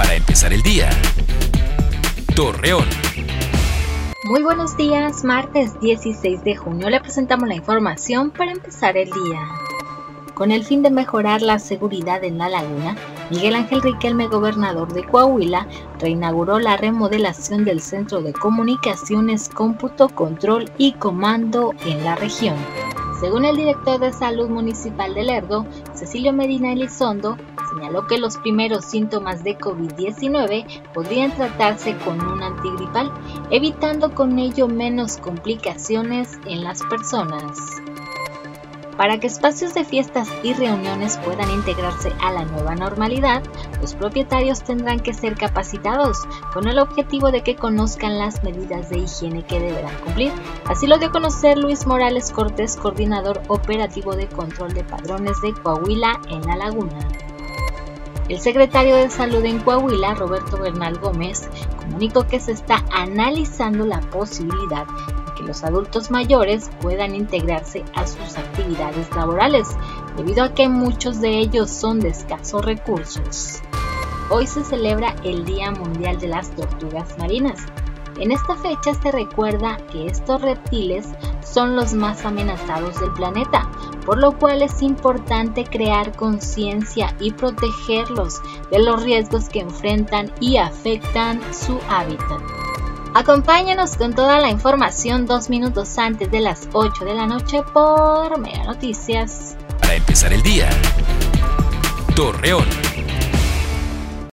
para empezar el día. Torreón. Muy buenos días, martes 16 de junio le presentamos la información para empezar el día. Con el fin de mejorar la seguridad en La Laguna, Miguel Ángel Riquelme, gobernador de Coahuila, reinauguró la remodelación del Centro de Comunicaciones, Cómputo, Control y Comando en la región. Según el director de Salud Municipal de Lerdo, Cecilio Medina Elizondo, señaló que los primeros síntomas de COVID-19 podrían tratarse con un antigripal, evitando con ello menos complicaciones en las personas. Para que espacios de fiestas y reuniones puedan integrarse a la nueva normalidad, los propietarios tendrán que ser capacitados con el objetivo de que conozcan las medidas de higiene que deberán cumplir. Así lo dio a conocer Luis Morales Cortés, coordinador operativo de control de padrones de Coahuila en La Laguna. El secretario de Salud en Coahuila, Roberto Bernal Gómez, comunicó que se está analizando la posibilidad de que los adultos mayores puedan integrarse a sus actividades laborales, debido a que muchos de ellos son de escasos recursos. Hoy se celebra el Día Mundial de las Tortugas Marinas. En esta fecha se recuerda que estos reptiles son los más amenazados del planeta, por lo cual es importante crear conciencia y protegerlos de los riesgos que enfrentan y afectan su hábitat. Acompáñanos con toda la información 2 minutos antes de las 8 de la noche por Mega Noticias. Para empezar el día. Torreón.